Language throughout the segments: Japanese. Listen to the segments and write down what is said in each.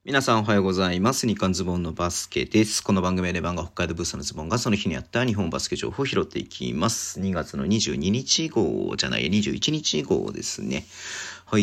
皆さんおはようございます。日刊ズボンのバスケです。この番組はレバンが北海道ブースのズボンがその日にあった日本バスケ情報を拾っていきます。2月の22日号じゃない、21日号ですね。はい。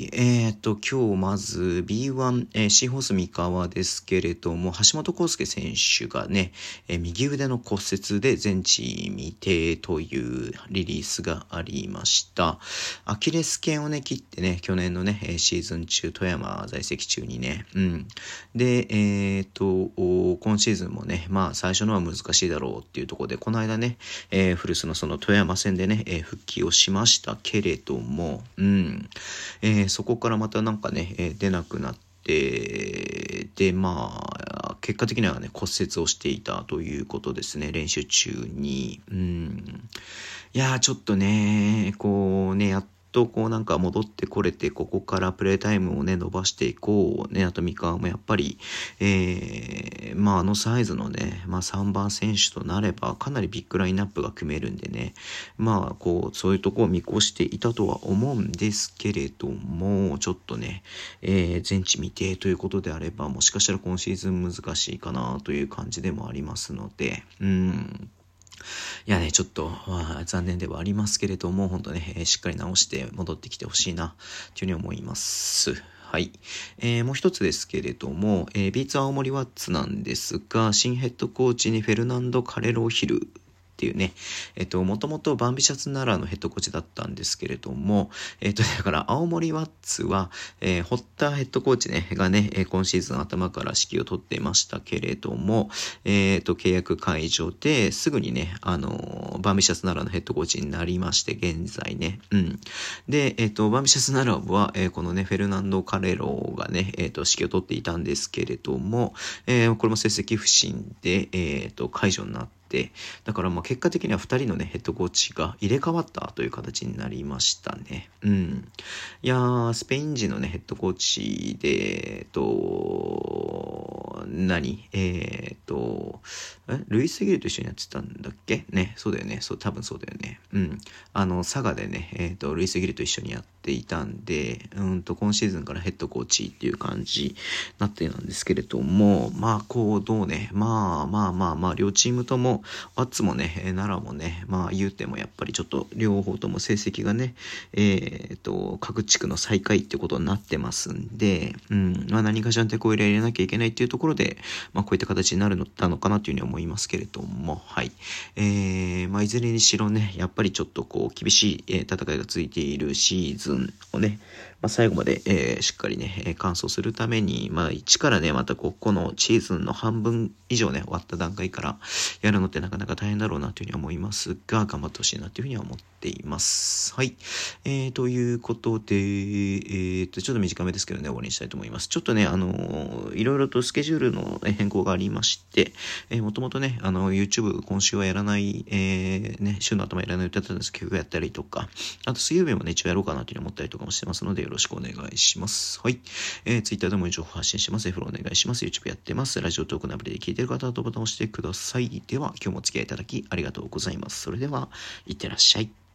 今日まず B1、シーホース三河ですけれども、橋本康介選手がね、右腕の骨折で全治未定というリリースがありました。アキレス腱をね、切ってね、去年のね、シーズン中、富山在籍中にね、で、今シーズンもね、最初のは難しいだろうっていうところで、この間ね、古巣のその富山戦でね、復帰をしましたけれども、そこからまたなんかね、出なくなって、で、結果的にはね、骨折をしていたということですね、練習中に。いやー、ちょっとね、こうね、やっとこうなんか戻ってこれて、ここからプレータイムをね、伸ばしていこうね。あと三河もやっぱり、あのサイズのね、3番選手となれば、かなりビッグラインナップが組めるんでね、そういうとこを見越していたとは思うんですけれども、ちょっとね、全治未定ということであれば、もしかしたら今シーズン難しいかなという感じでもありますので、いやね、ちょっと、残念ではありますけれども、本当ね、しっかり直して戻ってきてほしいな、というふうに思います。はい。もう一つですけれども、ビーツ青森ワッツなんですが、新ヘッドコーチにフェルナンド・カレロヒルっていうね、もともとバンビシャス奈良のヘッドコーチだったんですけれども、だから青森ワッツは、堀田ヘッドコーチね、がね、今シーズン頭から指揮を取っていましたけれども、契約解除ですぐにね、バンビシャス奈良のヘッドコーチになりまして、現在ね、で、バンビシャス奈良は、このね、フェルナンド・カレロがね、指揮を取っていたんですけれども、これも成績不振で、解除になって、だから結果的には2人のねヘッドコーチが入れ替わったという形になりましたね。いやー、スペイン人のねヘッドコーチでルイス・ギルと一緒にやってたんだっけね。そうだよね。多分そうだよね。佐賀でね、ルイス・ギルと一緒にやっていたんで、今シーズンからヘッドコーチっていう感じになってなんですけれども、どうね、両チームとも、ワッツもね、奈良もね、言うてもやっぱりちょっと両方とも成績がね、各地区の最下位ってことになってますんで、何かしら手こ入れ入れなきゃいけないっていうところで、こういった形になるのかなというふうに思いますけれども、はい。いずれにしろね、やっぱりちょっと厳しい、戦いが続いているシーズンをね、最後まで、しっかりね、完走するために、一からね、またこのシーズンの半分以上ね、終わった段階からやるのってなかなか大変だろうなというふうに思いますが、頑張ってほしいなというふうには思っています。はい。ということで、ちょっと短めですけどね、終わりにしたいと思います。ちょっとね、いろいろとスケジュールの変更がありまして、もともとね、YouTube 今週はやらない、週の頭やらない予定だったんですけど、やったりとか、あと水曜日もね、一応やろうかなというふうに思ったりとかもしてますので、よろしくお願いします。はい。Twitter でも情報発信します。フォローお願いします。YouTube やってます。ラジオトークのアプリで聞いてる方はボタンを押してください。では、今日もお付き合いいただきありがとうございます。それでは、いってらっしゃい。